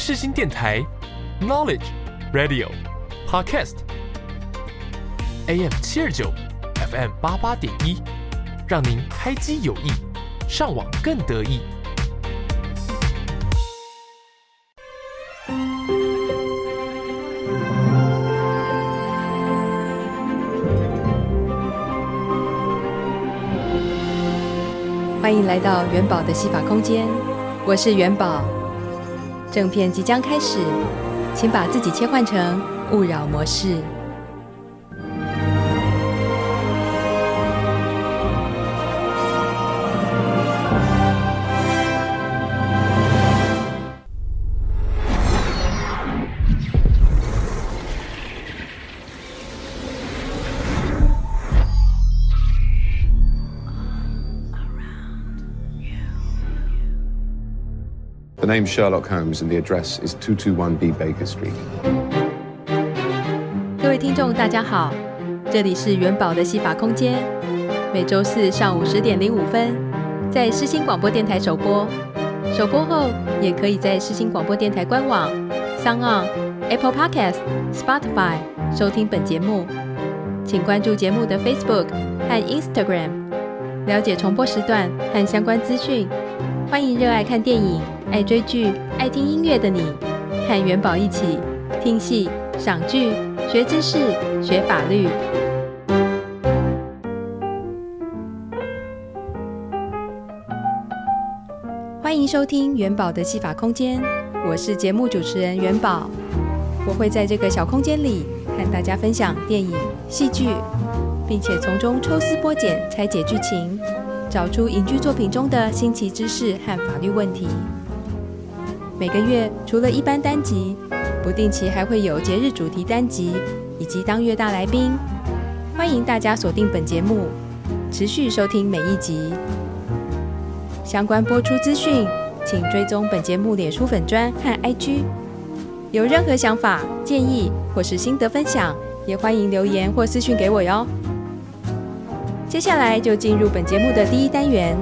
世新电台 Knowledge Radio Podcast AM 729 FM 88.1，让您开机有益，上网更得意。 欢迎来到元宝的戏法空间，我是元宝。正片即将开始，请把自己切换成勿扰模式。 The name's Sherlock Holmes and the address is 221B Baker Street. 各位听众大家好，这里是元宝的戏法空间，每周四上午10点05分在世新广播电台首播，首播后也可以在世新广播电台官网、SoundOn、Apple Podcast、Spotify 收听本节目。请关注节目的 Facebook 和 Instagram， 了解重播时段和相关资讯。欢迎热爱看电影、爱追剧、爱听音乐的你，和元宝一起听戏、赏剧、学知识、学法律。欢迎收听元宝的戏法空间，我是节目主持人元宝。我会在这个小空间里和大家分享电影、戏剧，并且从中抽丝剥茧，拆解剧情，找出影剧作品中的新奇知识和法律问题。每个月除了一般单集，不定期还会有节日主题单集以及当月大来宾。欢迎大家锁定本节目，持续收听每一集。相关播出资讯，请追踪本节目脸书粉专和 IG。有任何想法、建议或是心得分享，也欢迎留言或私讯给我哟。接下来就进入本节目的第一单元。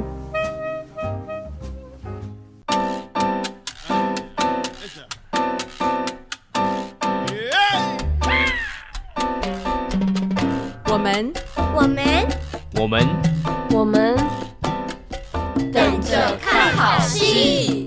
我们等着看好戏。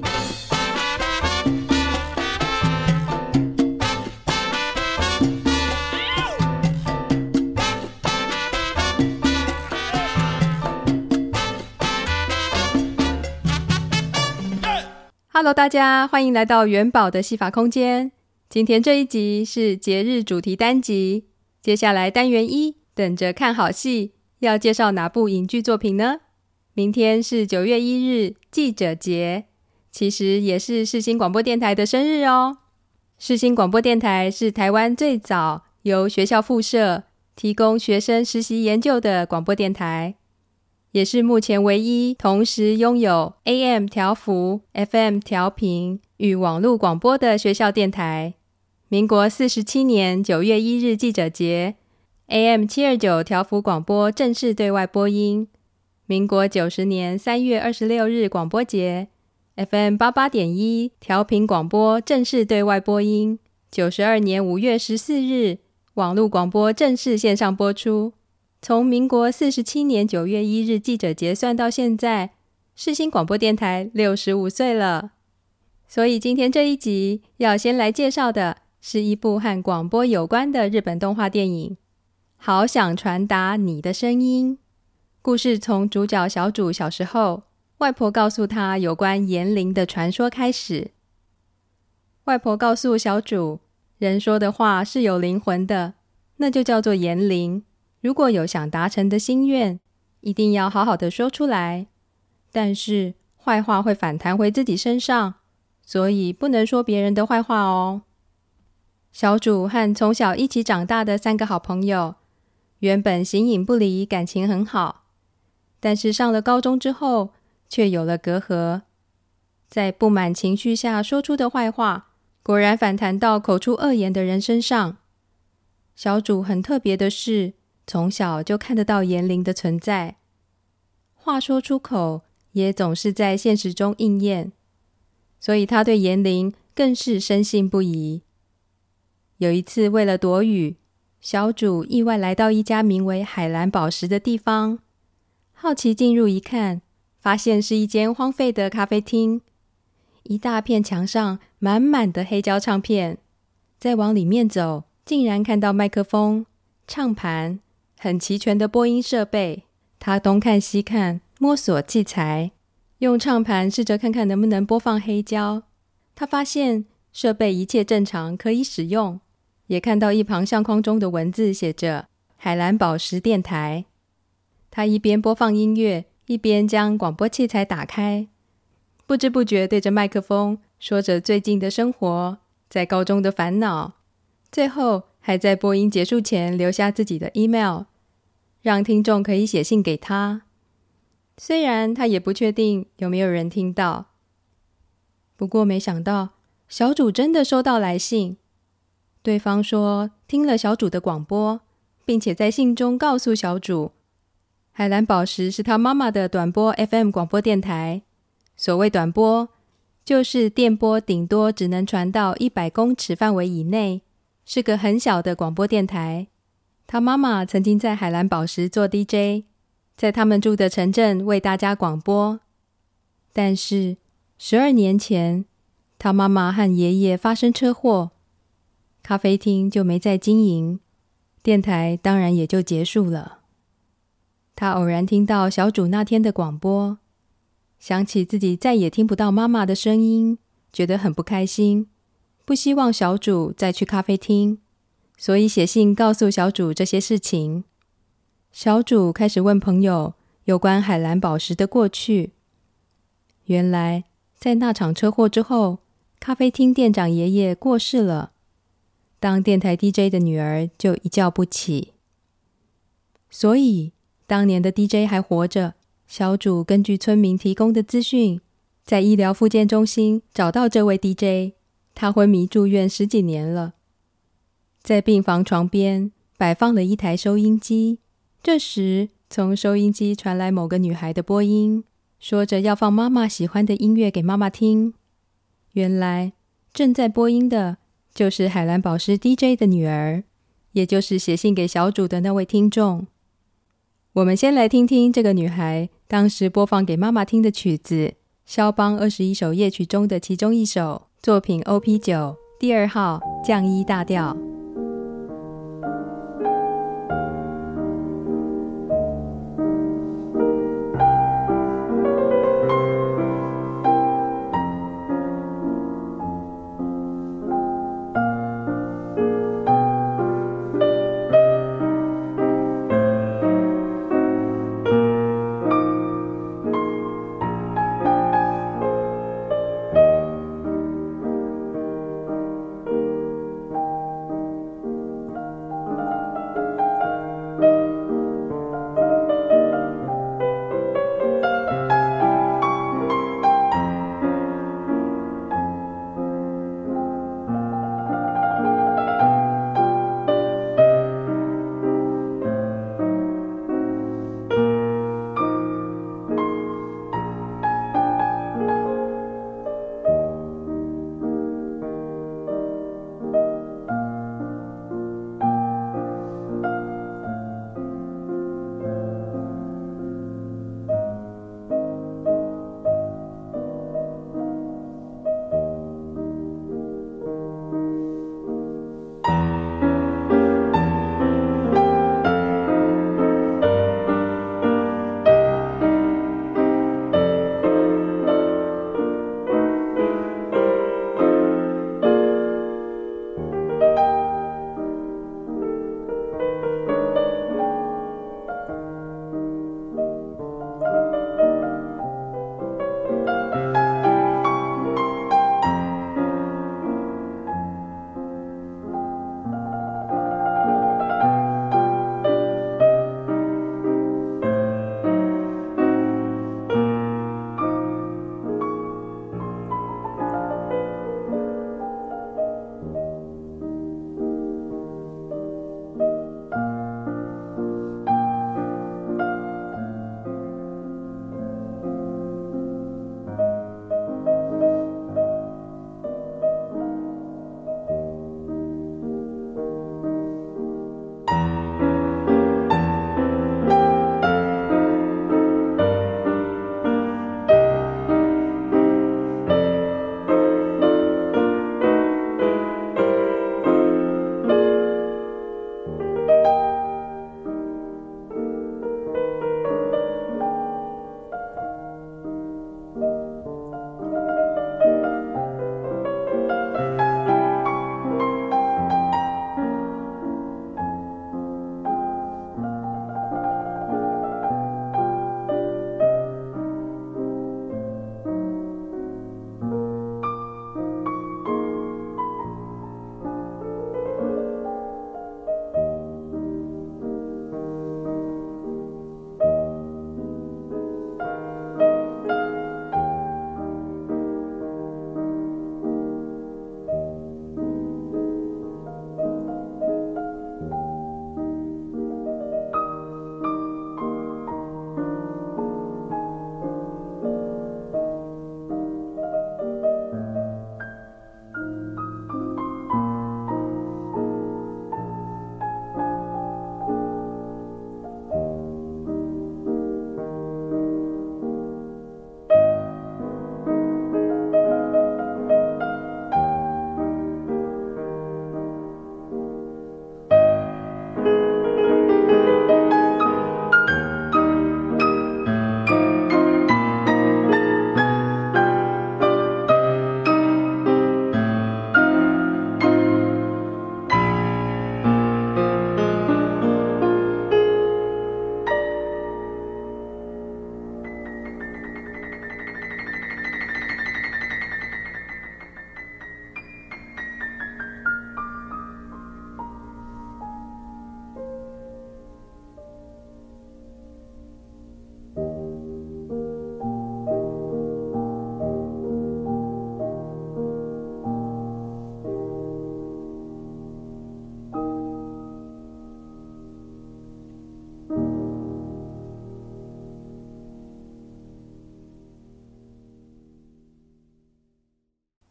Hello， 大家欢迎来到元宝的戏法空间。今天这一集是节日主题单集，接下来单元1，等着看好戏，要介绍哪部影剧作品呢？明天是9月1日记者节，其实也是世新广播电台的生日哦。世新广播电台是台湾最早由学校附设提供学生实习研究的广播电台，也是目前唯一同时拥有 AM 调幅、FM 调频与网络广播的学校电台。民国47年9月1日记者节AM 729调幅广播正式对外播音，民国90年3月26日广播节 FM 88.1调频广播正式对外播音，92年5月14日网络广播正式线上播出。从民国47年9月1日记者节算到现在，世新广播电台65岁了。所以今天这一集要先来介绍的是一部和广播有关的日本动画电影，好想传达你的声音。故事从主角小主小时候，外婆告诉他有关言灵的传说开始。外婆告诉小主，人说的话是有灵魂的，那就叫做言灵。如果有想达成的心愿，一定要好好的说出来。但是坏话会反弹回自己身上，所以不能说别人的坏话哦。小主和从小一起长大的3个好朋友，原本形影不离，感情很好，但是上了高中之后，却有了隔阂。在不满情绪下说出的坏话，果然反弹到口出恶言的人身上。小主很特别的是，从小就看得到言灵的存在，话说出口也总是在现实中应验，所以他对言灵更是深信不疑。有一次为了躲雨，小主意外来到一家名为海蓝宝石的地方，好奇进入一看，发现是一间荒废的咖啡厅，一大片墙上满满的黑胶唱片，再往里面走，竟然看到麦克风、唱盘，很齐全的播音设备。他东看西看，摸索器材，用唱盘试着看看能不能播放黑胶。他发现设备一切正常，可以使用，也看到一旁相框中的文字写着海蓝宝石电台。他一边播放音乐，一边将广播器材打开，不知不觉对着麦克风说着最近的生活，在高中的烦恼，最后还在播音结束前留下自己的 email， 让听众可以写信给他。虽然他也不确定有没有人听到，不过没想到小主真的收到来信，对方说听了小主的广播，并且在信中告诉小主，海蓝宝石是他妈妈的短波 FM 广播电台。所谓短波，就是电波顶多只能传到100公尺范围以内，是个很小的广播电台。他妈妈曾经在海蓝宝石做 DJ， 在他们住的城镇为大家广播。但是12年前，他妈妈和爷爷发生车祸，咖啡厅就没再经营，电台当然也就结束了。他偶然听到小主那天的广播，想起自己再也听不到妈妈的声音，觉得很不开心，不希望小主再去咖啡厅，所以写信告诉小主这些事情。小主开始问朋友有关海蓝宝石的过去。原来在那场车祸之后，咖啡厅店长爷爷过世了，当电台 DJ 的女儿就一觉不起。所以当年的 DJ 还活着，小主根据村民提供的资讯，在医疗复健中心找到这位 DJ， 他昏迷住院10几年了。在病房床边摆放了一台收音机，这时从收音机传来某个女孩的播音，说着要放妈妈喜欢的音乐给妈妈听。原来正在播音的就是海蓝宝石 DJ 的女儿，也就是写信给小主的那位听众。我们先来听听这个女孩当时播放给妈妈听的曲子，肖邦21首夜曲中的其中一首，作品 OP9 第2号降1大调。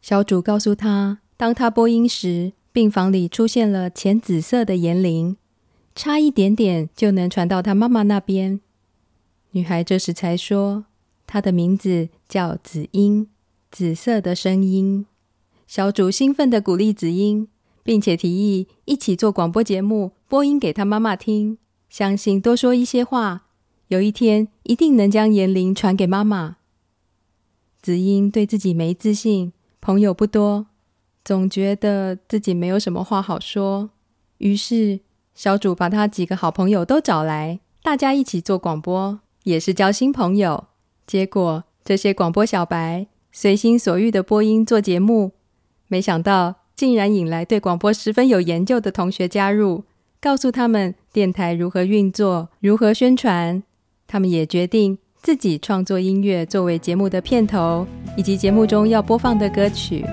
小主告诉她，当她播音时，病房里出现了浅紫色的言灵，差一点点就能传到她妈妈那边。女孩这时才说，她的名字叫紫英，紫色的声音。小主兴奋地鼓励紫英，并且提议一起做广播节目，播音给她妈妈听，相信多说一些话，有一天一定能将言灵传给妈妈。紫英对自己没自信，朋友不多，总觉得自己没有什么话好说，于是小主把她几个好朋友都找来，大家一起做广播，也是交新朋友。结果这些广播小白随心所欲的播音做节目，没想到竟然引来对广播十分有研究的同学加入，告诉他们电台如何运作，如何宣传。他们也决定自己创作音乐作为节目的片头，以及节目中要播放的歌曲。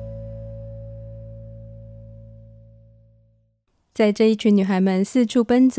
在这一群女孩们四处奔走，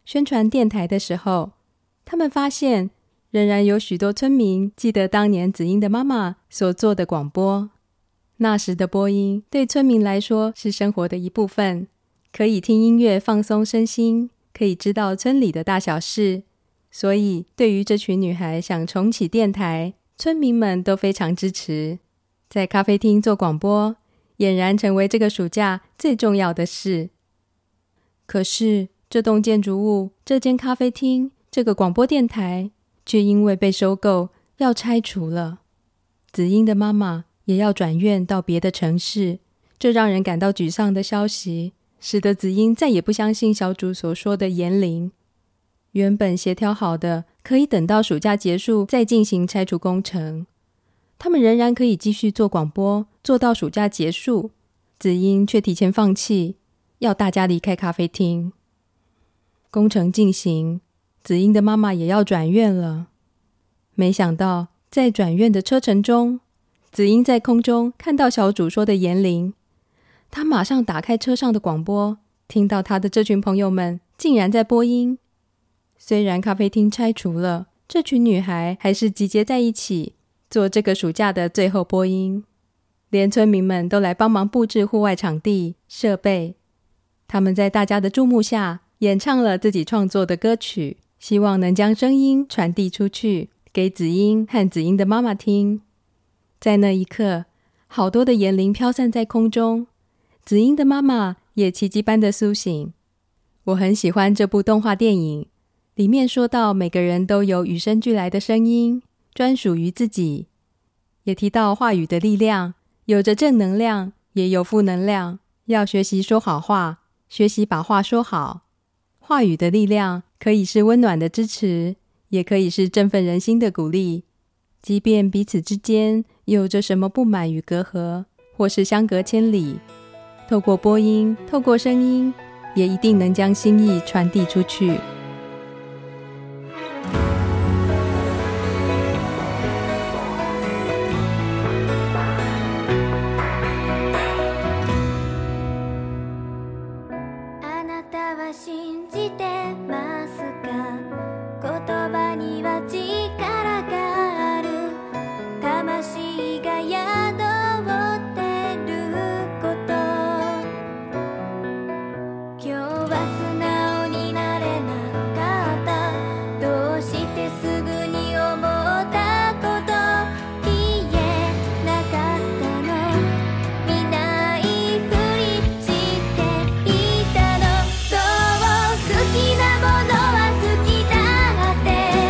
宣传电台的时候，他们发现仍然有许多村民记得当年子英的妈妈所做的广播。那时的播音对村民来说是生活的一部分，可以听音乐放松身心，可以知道村里的大小事，所以对于这群女孩想重启电台，村民们都非常支持。在咖啡厅做广播俨然成为这个暑假最重要的事。可是这栋建筑物，这间咖啡厅，这个广播电台却因为被收购要拆除了。子英的妈妈也要转院到别的城市，这让人感到沮丧的消息使得子英再也不相信小主所说的言灵。原本协调好的可以等到暑假结束再进行拆除工程，他们仍然可以继续做广播，做到暑假结束。子英却提前放弃，要大家离开咖啡厅。工程进行，子英的妈妈也要转院了。没想到在转院的车程中，子英在空中看到小主说的言灵，他马上打开车上的广播，听到他的这群朋友们竟然在播音。虽然咖啡厅拆除了，这群女孩还是集结在一起做这个暑假的最后播音，连村民们都来帮忙布置户外场地设备。他们在大家的注目下演唱了自己创作的歌曲，希望能将声音传递出去，给子英和子英的妈妈听。在那一刻，好多的言灵飘散在空中，子英的妈妈也奇迹般的苏醒。我很喜欢这部动画电影，里面说到每个人都有与生俱来的声音，专属于自己。也提到话语的力量，有着正能量，也有负能量，要学习说好话，学习把话说好。话语的力量可以是温暖的支持，也可以是振奋人心的鼓励。即便彼此之间有着什么不满与隔阂，或是相隔千里，透过播音，透过声音，也一定能将心意传递出去。 「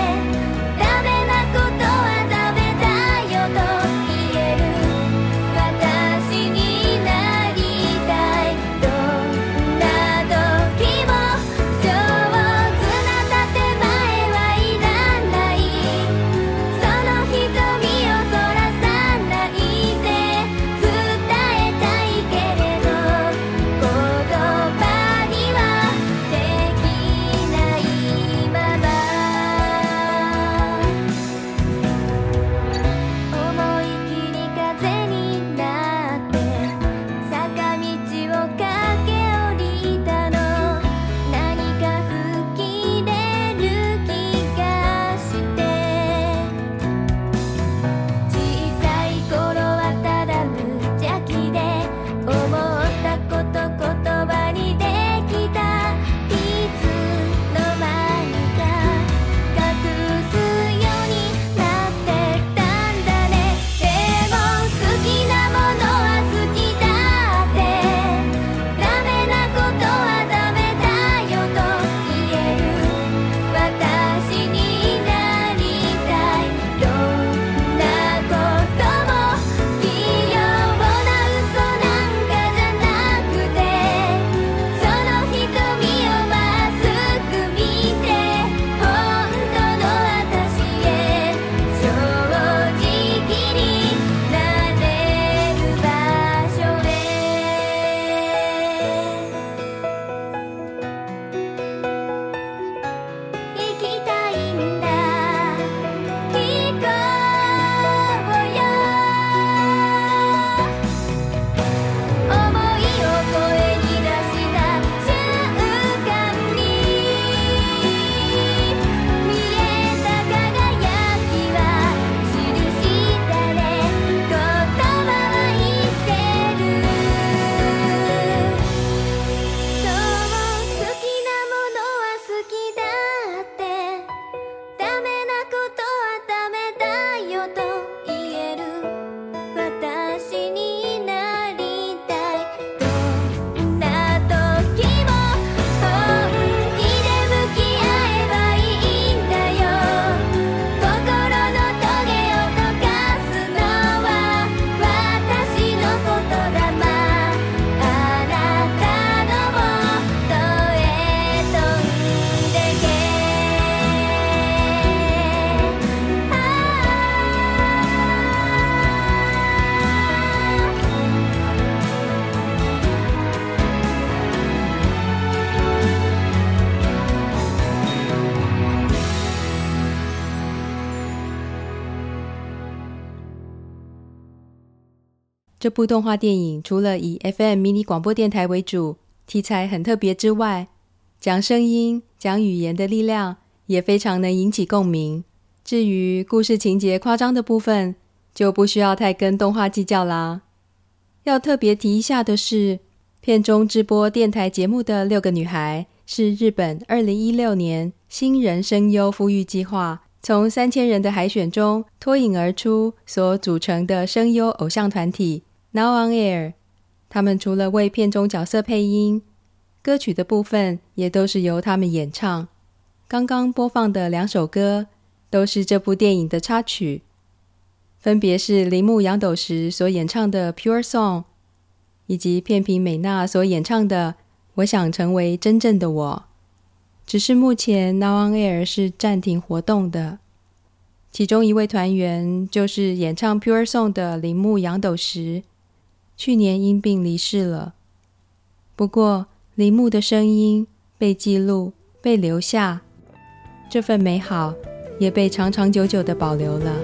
这部动画电影除了以 FM 迷你广播电台为主，题材很特别之外，讲声音、讲语言的力量也非常能引起共鸣。至于故事情节夸张的部分，就不需要太跟动画计较啦。要特别提一下的是，片中直播电台节目的6个女孩是日本2016年新人声优孵育计划从3000人的海选中脱颖而出所组成的声优偶像团体 Now on Air。 他们除了为片中角色配音，歌曲的部分也都是由他们演唱。刚刚播放的2首歌都是这部电影的插曲，分别是铃木阳斗实所演唱的 Pure Song， 以及片平美娜所演唱的我想成为真正的我。只是目前 Now on Air 是暂停活动的。其中一位团员就是演唱 Pure Song 的铃木阳斗实，去年因病离世了。不过铃木的声音被记录、被留下，这份美好也被长长久久地保留了。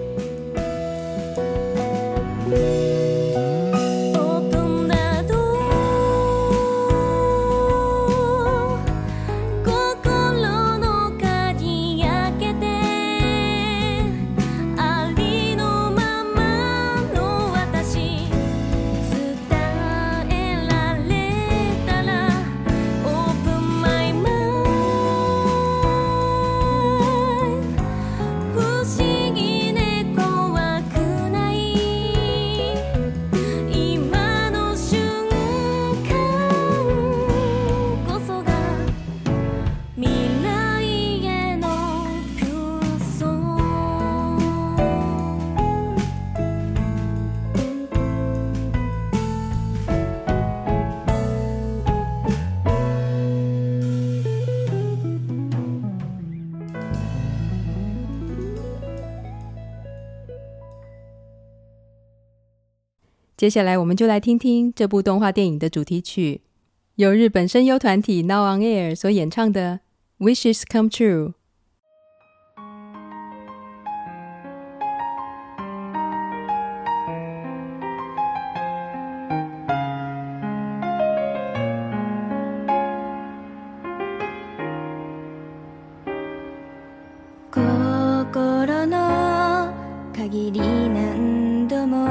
接下来我们就来听听这部动画电影的主题曲，由日本声优团体 Now on Air 所演唱的 Wishes Come True。 心の限り何度も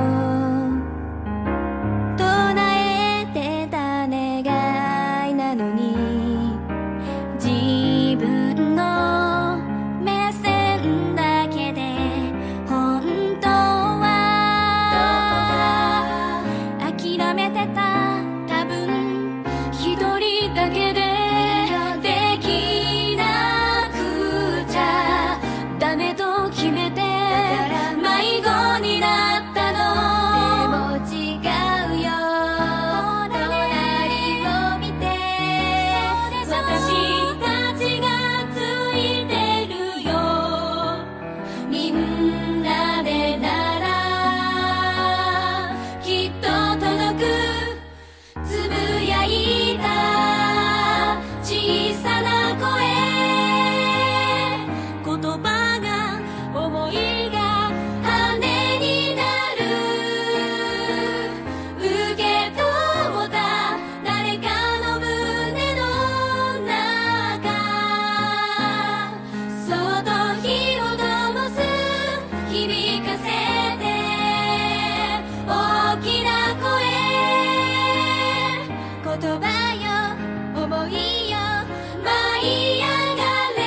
唱えてた願いなのに、自分の目線だけで本当は諦めてた。多分一人だけでできなくちゃダメと決めて迷子になったの。でも違うよ、隣を見て私たちがついてるよ。みんなでならきっと届く。つぶやいた小さな声、言葉が思いが羽になる。受け取った誰かの胸の中、そっと火を灯す。響かせて大きな声、言葉よ思いよ舞い上がれ。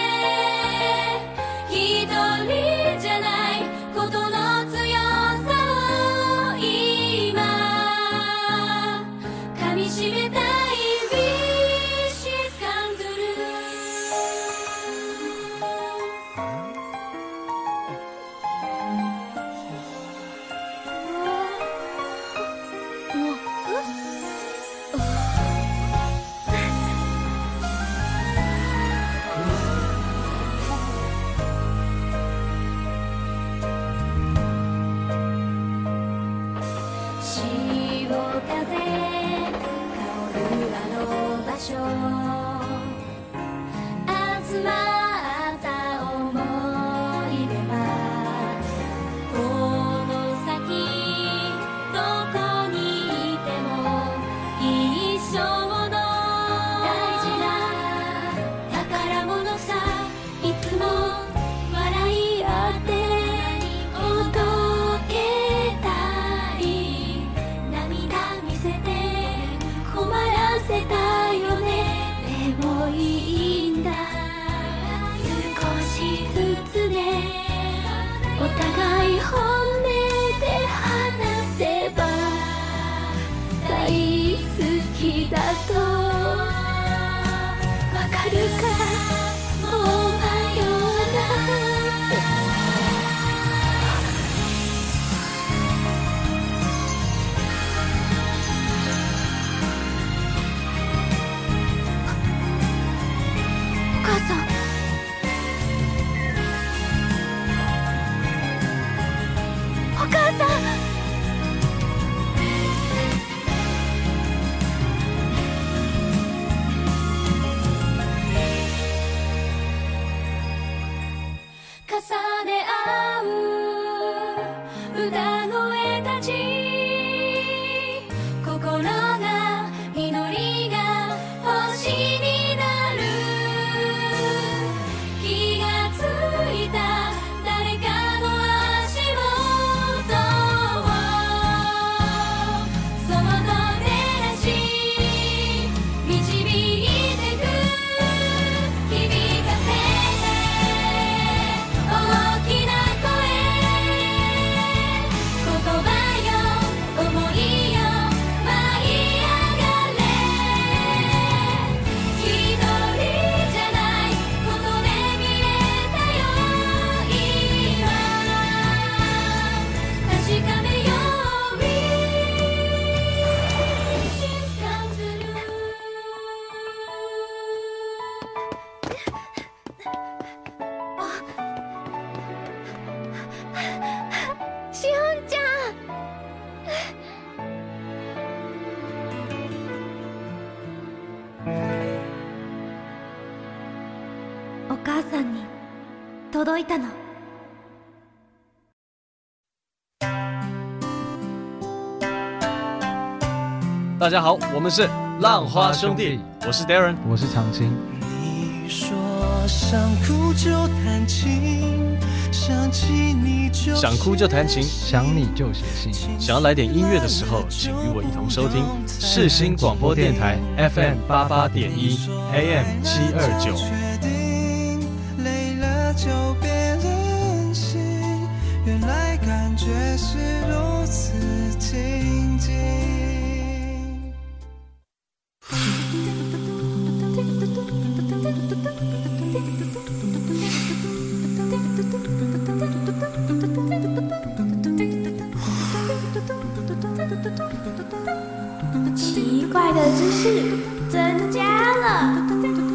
一人じゃないことの強さを今噛みしめたい。Wishes come true。潮風香るあの場所、集まった想い出はこの先どお母さんに届いたの。 大家好，我们是浪花兄弟，我是 Darren， 我是长青。 你说想哭就弹琴，想起你就想哭就弹琴， 想你就写信。 想要来点音乐的时候，请与我一同收听世新广播电台 FM 88.1 AM 729。 确定累了就别任性，原来感觉是如此静静。 奇怪的知识增加了。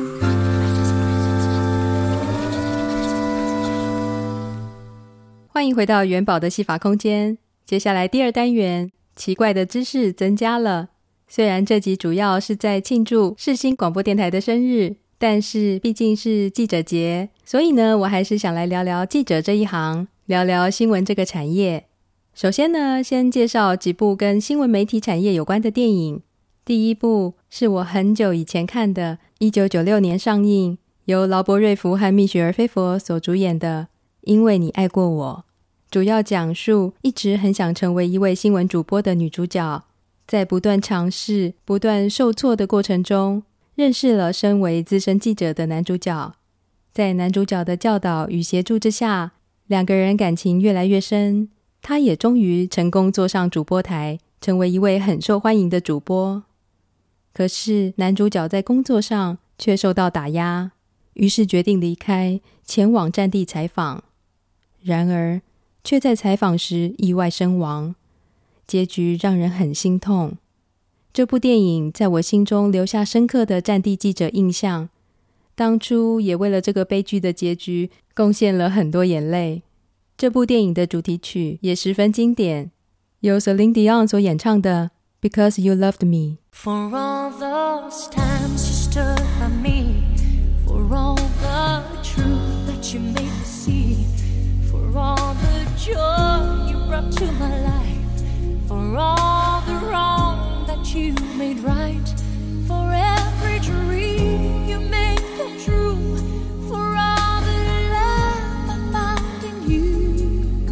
欢迎回到元宝的戏法空间。接下来第二单元，奇怪的知识增加了。虽然这集主要是在庆祝世新广播电台的生日，但是毕竟是记者节，所以呢，我还是想来聊聊记者这一行，聊聊新闻这个产业。首先呢，先介绍几部跟新闻媒体产业有关的电影。第一部是我很久以前看的，1996年上映，由劳勃瑞福和蜜雪儿菲佛所主演的《因为你爱过我》，主要讲述一直很想成为一位新闻主播的女主角，在不断尝试、不断受挫的过程中，认识了身为资深记者的男主角。在男主角的教导与协助之下，两个人感情越来越深，他也终于成功坐上主播台，成为一位很受欢迎的主播。可是男主角在工作上却受到打压，于是决定离开，前往战地采访。然而却在采访时意外身亡，结局让人很心痛。这部电影在我心中留下深刻的战地记者印象，当初也为了这个悲剧的结局贡献了很多眼泪。这部电影的主题曲也十分经典，由 Celine Dion 所演唱的 Because You Loved Me。 For all those times you stood by me, for all the truth that you made me see, for all the joy you brought to my life, for all the wrong that you made right, for every dream you made come true, for all the love I found in you,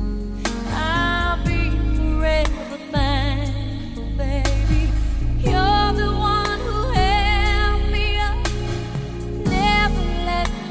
I'll be forever thankful, baby. You're the one who held me up, never let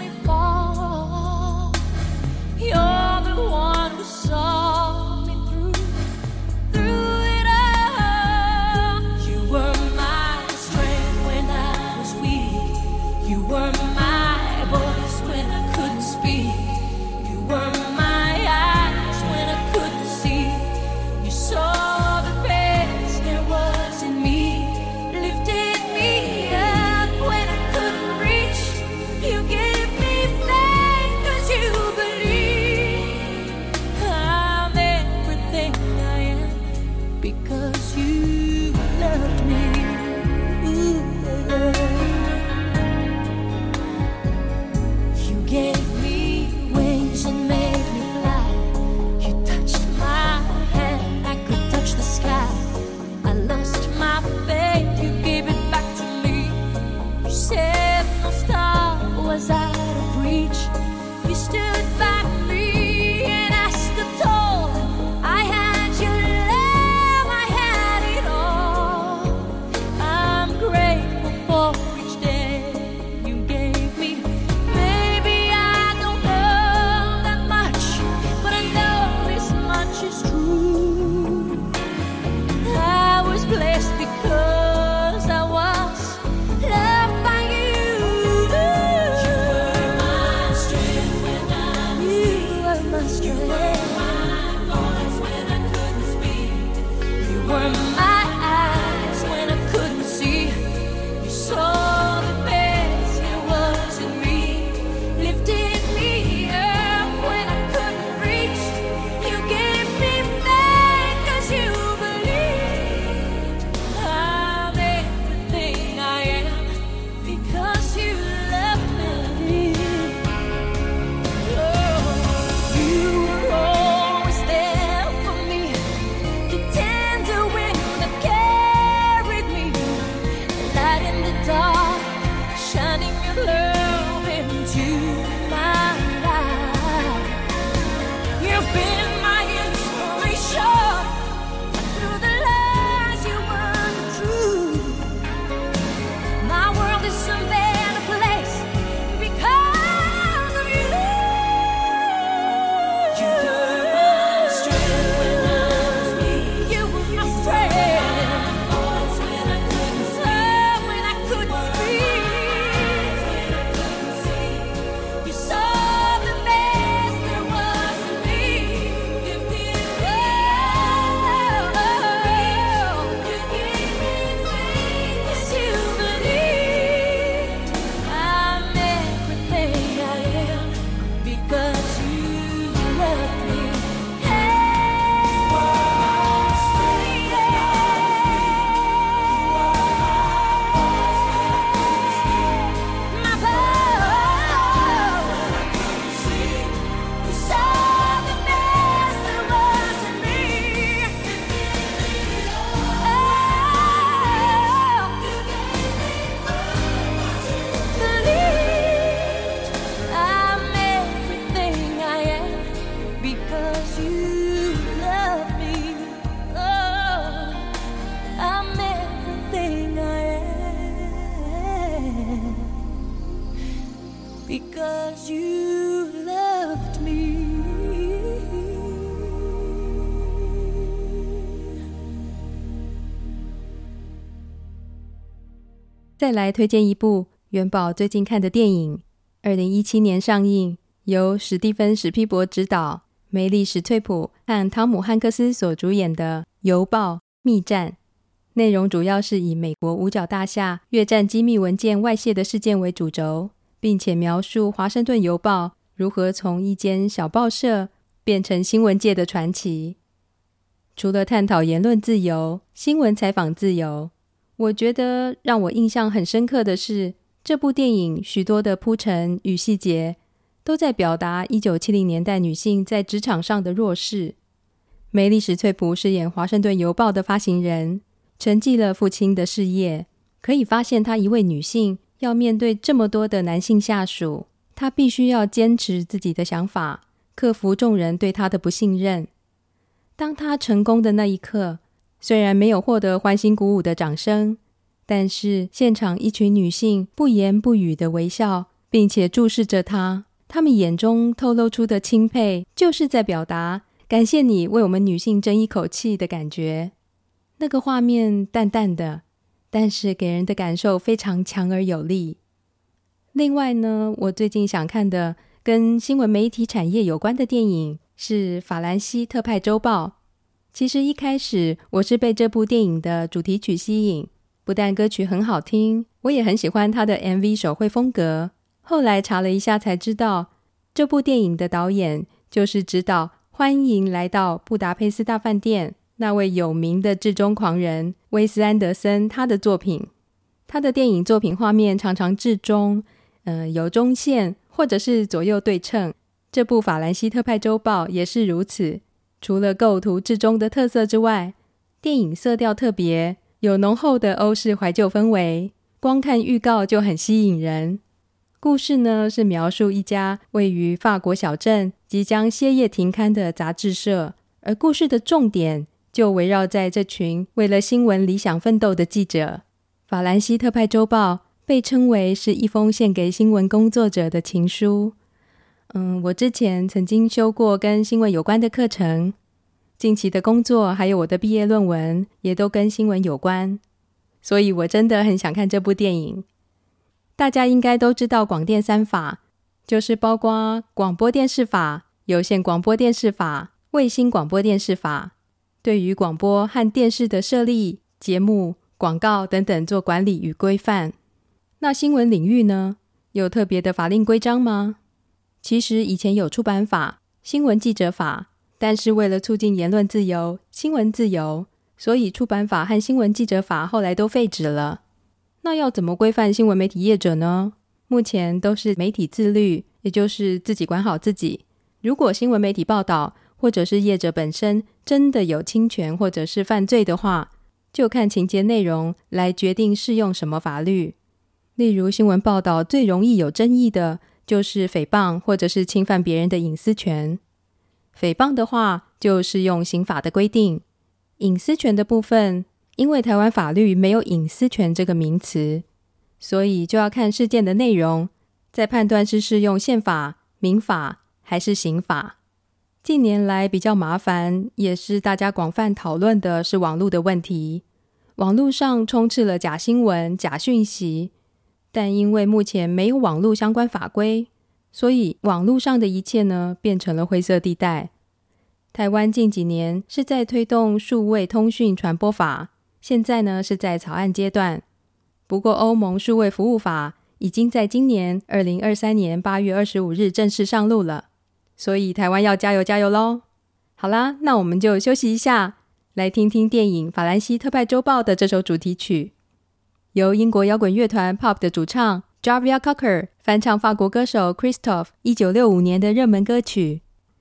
再来推荐一部元宝最近看的电影，2017年上映，由史蒂芬·史匹柏执导，梅丽史翠普和汤姆汉克斯所主演的《邮报密战》。内容主要是以美国五角大厦越战机密文件外泄的事件为主轴，并且描述华盛顿邮报如何从一间小报社变成新闻界的传奇。除了探讨言论自由、新闻采访自由，我觉得让我印象很深刻的是，这部电影许多的铺陈与细节都在表达1970年代女性在职场上的弱势。梅丽史翠普饰演华盛顿邮报的发行人，承继了父亲的事业，可以发现她一位女性要面对这么多的男性下属，她必须要坚持自己的想法，克服众人对她的不信任。当她成功的那一刻，虽然没有获得欢欣鼓舞的掌声，但是现场一群女性不言不语的微笑，并且注视着她，她们眼中透露出的钦佩，就是在表达感谢你为我们女性争一口气的感觉。那个画面淡淡的，但是给人的感受非常强而有力。另外呢，我最近想看的跟新闻媒体产业有关的电影是《法兰西特派周报》。其实一开始我是被这部电影的主题曲吸引，不但歌曲很好听，我也很喜欢它的 MV 手绘风格。后来查了一下才知道，这部电影的导演就是执导《欢迎来到布达佩斯大饭店》那位有名的至中狂人威斯安德森他的作品。他的电影作品画面常常至中，有中线或者是左右对称。这部《法兰西特派周报》也是如此。除了构图至中的特色之外，电影色调特别，有浓厚的欧式怀旧氛围，光看预告就很吸引人。故事呢，是描述一家位于法国小镇即将歇业停刊的杂志社，而故事的重点就围绕在这群为了新闻理想奋斗的记者。法兰西特派周报被称为是一封献给新闻工作者的情书。我之前曾经修过跟新闻有关的课程，近期的工作还有我的毕业论文也都跟新闻有关，所以我真的很想看这部电影。大家应该都知道广电三法，就是包括广播电视法、有线广播电视法、卫星广播电视法，对于广播和电视的设立、节目、广告等等做管理与规范。那新闻领域呢，有特别的法令规章吗？其实以前有出版法、新闻记者法，但是为了促进言论自由、新闻自由，所以出版法和新闻记者法后来都废止了。那要怎么规范新闻媒体业者呢？目前都是媒体自律，也就是自己管好自己。如果新闻媒体报道或者是业者本身真的有侵权或者是犯罪的话，就看情节内容来决定适用什么法律。例如新闻报道最容易有争议的就是诽谤或者是侵犯别人的隐私权。诽谤的话就适用刑法的规定。隐私权的部分，因为台湾法律没有隐私权这个名词，所以就要看事件的内容，再判断是适用宪法、民法还是刑法。近年来比较麻烦，也是大家广泛讨论的是网络的问题。网络上充斥了假新闻、假讯息，但因为目前没有网络相关法规，所以网络上的一切呢，变成了灰色地带。台湾近几年是在推动数位通讯传播法，现在呢是在草案阶段。不过欧盟数位服务法已经在今年2023年8月25日正式上路了，所以台湾要加油加油咯。好啦，那我们就休息一下，来听听电影《法兰西特派周报》的这首主题曲，由英国摇滚乐团 Pop 的主唱 Jarvia Cocker 翻唱法国歌手 Christophe 1965年的热门歌曲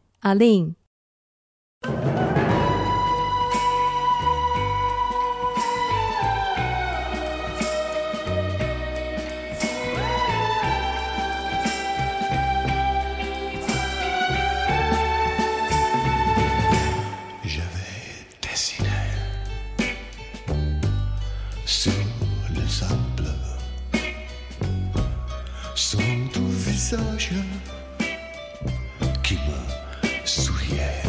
Aline。Qui me souriait.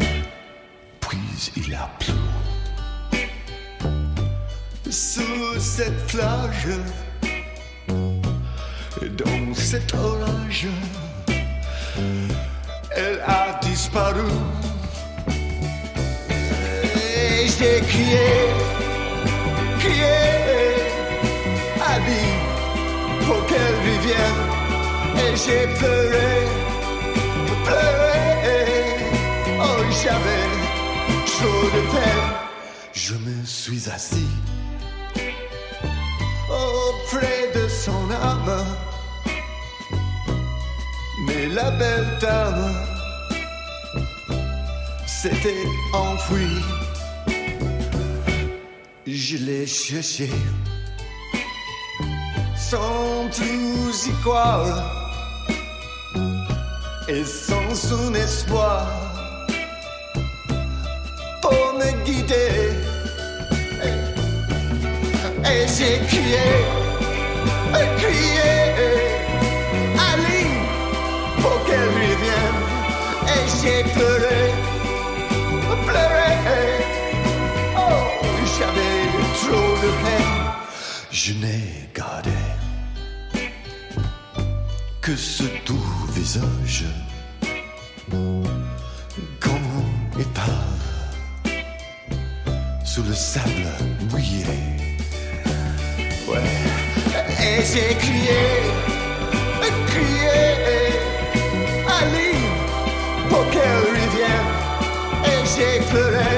Puis il a plu sous cette plage, dans cet orage, elle a disparu. Et j'ai crié à vie pour qu'elle revienne. Et j'ai pleuré, oh j'avais trop de peine. Je me suis assis auprès de son âme, mais la belle dame s'était enfuie. Je l'ai cherché sans plus y croire et sans son espoir pour me guider. Et j'ai crié Ali pour qu'elle revienne. Et j'ai pleuré, oh j'avais trop de peine. Je n'ai gardé que ce doux visage comme épave sous le sable mouillé. Ouais. Et j'ai crié Ali pour qu'elle revienne. Et j'ai pleuré,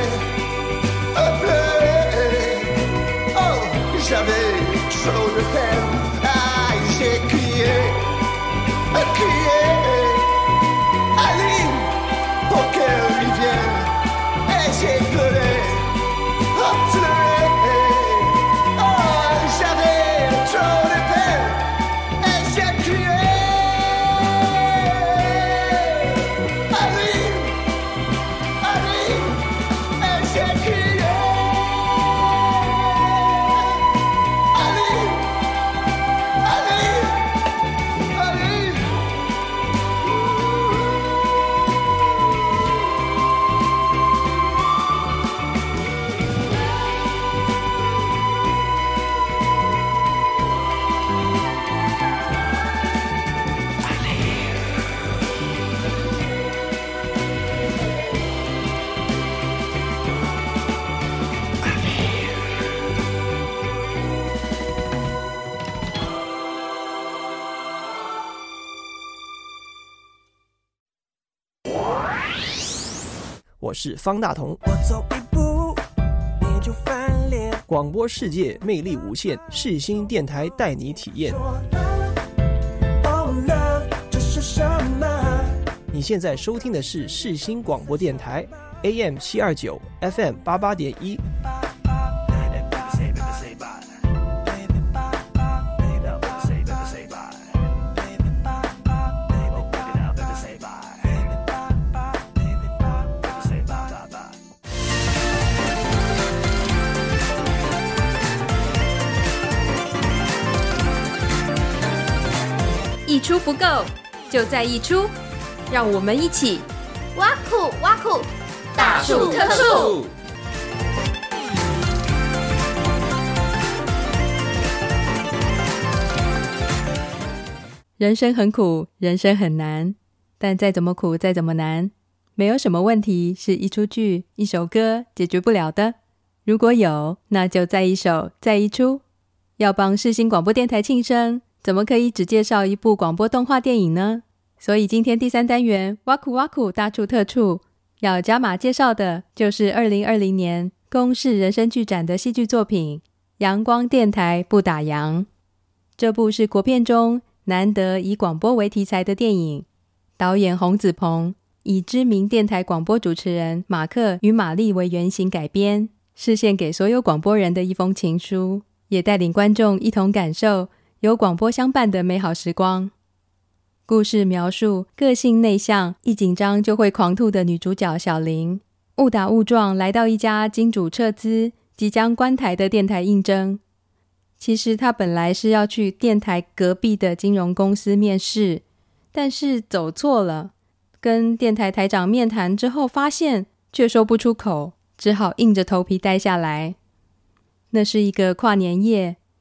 oh j'avais trop de peine. Ah, j'ai crié Ali pour qu'elle revienne. Et j'ai pleuré, oh j'avais trop de peine. Et j'ai crié Ali, et j'ai crié Ali. 我是方大同， 我走一步你就翻脸， 广播世界魅力无限，世新电台带你体验。 这是什么？ 你现在收听的是世新广播电台 AM 729 FM 88.1。 一出不够，就再一出，让我们一起挖苦挖苦，大树特树。 人生很苦，人生很难，但再怎么苦，再怎么难，没有什么问题是一出剧、一首歌解决不了的。如果有，那就再一首，再一出。要帮世新广播电台庆生，怎么可以只介绍一部广播动画电影呢？所以今天第3单元挖苦挖苦大处特处要加码介绍的就是2020年公视人生剧展的戏剧作品《阳光电台不打烊》。这部是国片中难得以广播为题材的电影，导演洪子鹏以知名电台广播主持人马克与玛丽为原型改编，是献给所有广播人的一封情书，也带领观众一同感受有广播相伴的美好时光。故事描述个性内向、一紧张就会狂吐的女主角小玲，误打误撞来到一家金主撤资、即将关台的电台应征。其实她本来是要去电台隔壁的金融公司面试，但是走错了，跟电台台长面谈之后发现却说不出口，只好硬着头皮待下来。那是一个跨年夜，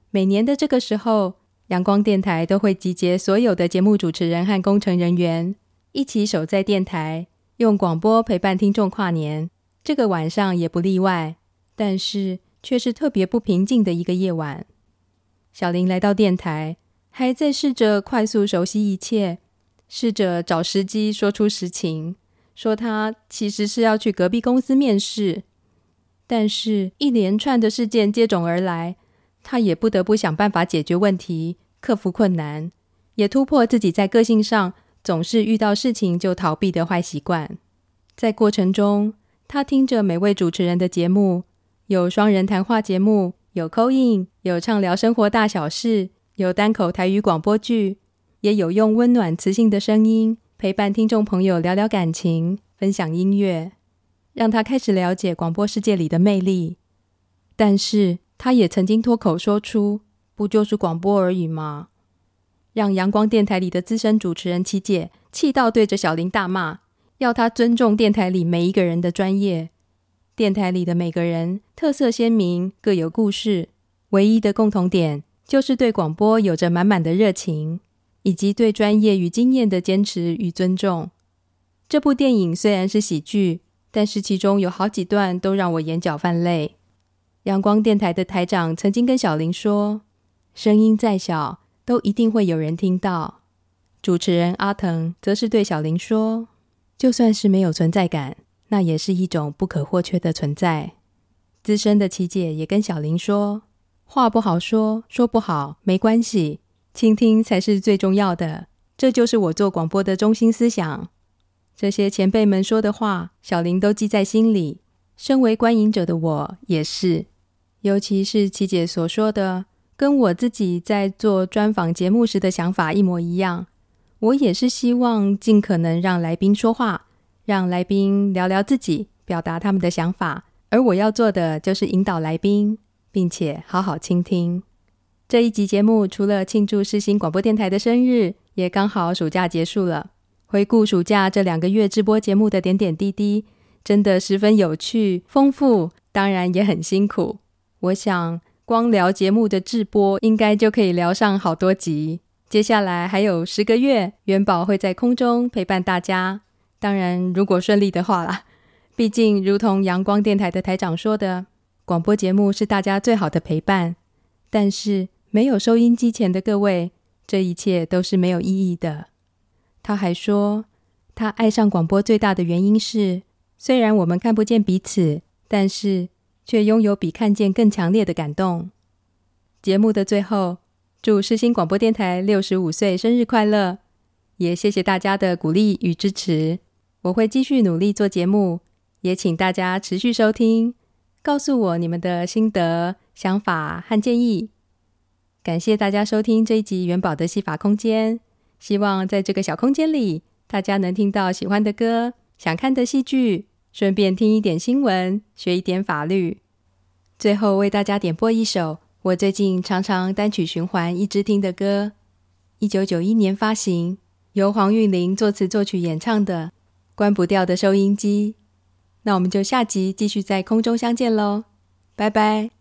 每年的这个时候，阳光电台都会集结所有的节目主持人和工程人员，一起守在电台，用广播陪伴听众跨年。这个晚上也不例外，但是却是特别不平静的一个夜晚。小林来到电台，还在试着快速熟悉一切，试着找时机说出实情，说他其实是要去隔壁公司面试。但是一连串的事件接踵而来，他也不得不想办法解决问题，克服困难，也突破自己在个性上总是遇到事情就逃避的坏习惯。在过程中，他听着每位主持人的节目，有双人谈话节目，有 call in， 有畅聊生活大小事，有单口台语广播剧，也有用温暖磁性的声音陪伴听众朋友聊聊感情，分享音乐，让他开始了解广播世界里的魅力。但是他也曾经脱口说出，不就是广播而已吗？让阳光电台里的资深主持人琪姐气到对着小林大骂，要他尊重电台里每一个人的专业。电台里的每个人特色鲜明，各有故事，唯一的共同点就是对广播有着满满的热情，以及对专业与经验的坚持与尊重。这部电影虽然是喜剧，但是其中有好几段都让我眼角泛泪。阳光电台的台长曾经跟小林说，声音再小都一定会有人听到。主持人阿腾则是对小林说，就算是没有存在感，那也是一种不可或缺的存在。资深的琪姐也跟小林说，话不好说，说不好没关系，倾听才是最重要的，这就是我做广播的中心思想。这些前辈们说的话，小林都记在心里，身为观影者的我也是。尤其是琪姐所说的，跟我自己在做专访节目时的想法一模一样。我也是希望尽可能让来宾说话，让来宾聊聊自己，表达他们的想法，而我要做的就是引导来宾，并且好好倾听。这一集节目除了庆祝世新广播电台的生日，也刚好暑假结束了。回顾暑假这2个月直播节目的点点滴滴，真的十分有趣丰富，当然也很辛苦。我想光聊节目的制播应该就可以聊上好多集。接下来还有10个月，元宝会在空中陪伴大家，当然如果顺利的话啦。毕竟如同阳光电台的台长说的，广播节目是大家最好的陪伴，但是没有收音机前的各位，这一切都是没有意义的。他还说，他爱上广播最大的原因是，虽然我们看不见彼此，但是却拥有比看见更强烈的感动。节目的最后，祝世新广播电台65岁生日快乐，也谢谢大家的鼓励与支持。我会继续努力做节目，也请大家持续收听，告诉我你们的心得、想法和建议。感谢大家收听这一集元宝的戏法空间，希望在这个小空间里，大家能听到喜欢的歌、想看的戏剧，顺便听一点新闻，学一点法律。最后为大家点播一首我最近常常单曲循环一直听的歌，1991年发行，由黄韵玲作词作曲演唱的《关不掉的收音机》。那我们就下集继续在空中相见咯，拜拜。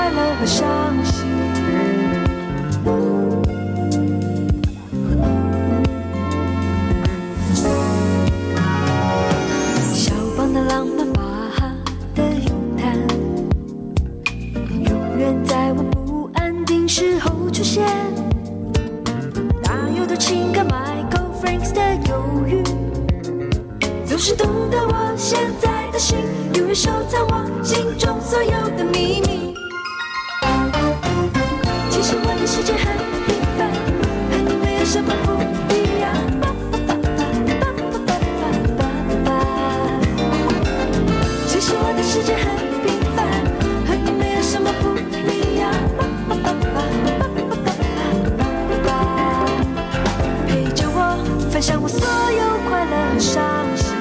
伤心。 心，永远收藏我心中所有的秘密。其实我的世界很平凡，和你没有什么不一样。其实我的世界很平凡，和你没有什么不一样。陪着我，分享我所有快乐和伤心。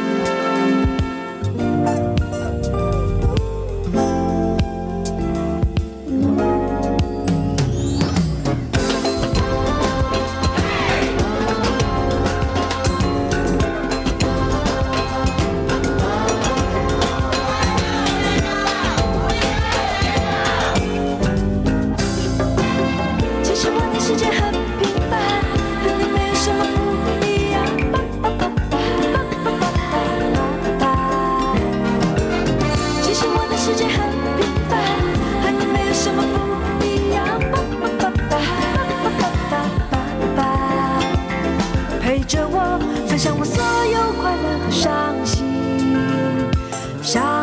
陪着我，分享我所有快乐和伤心。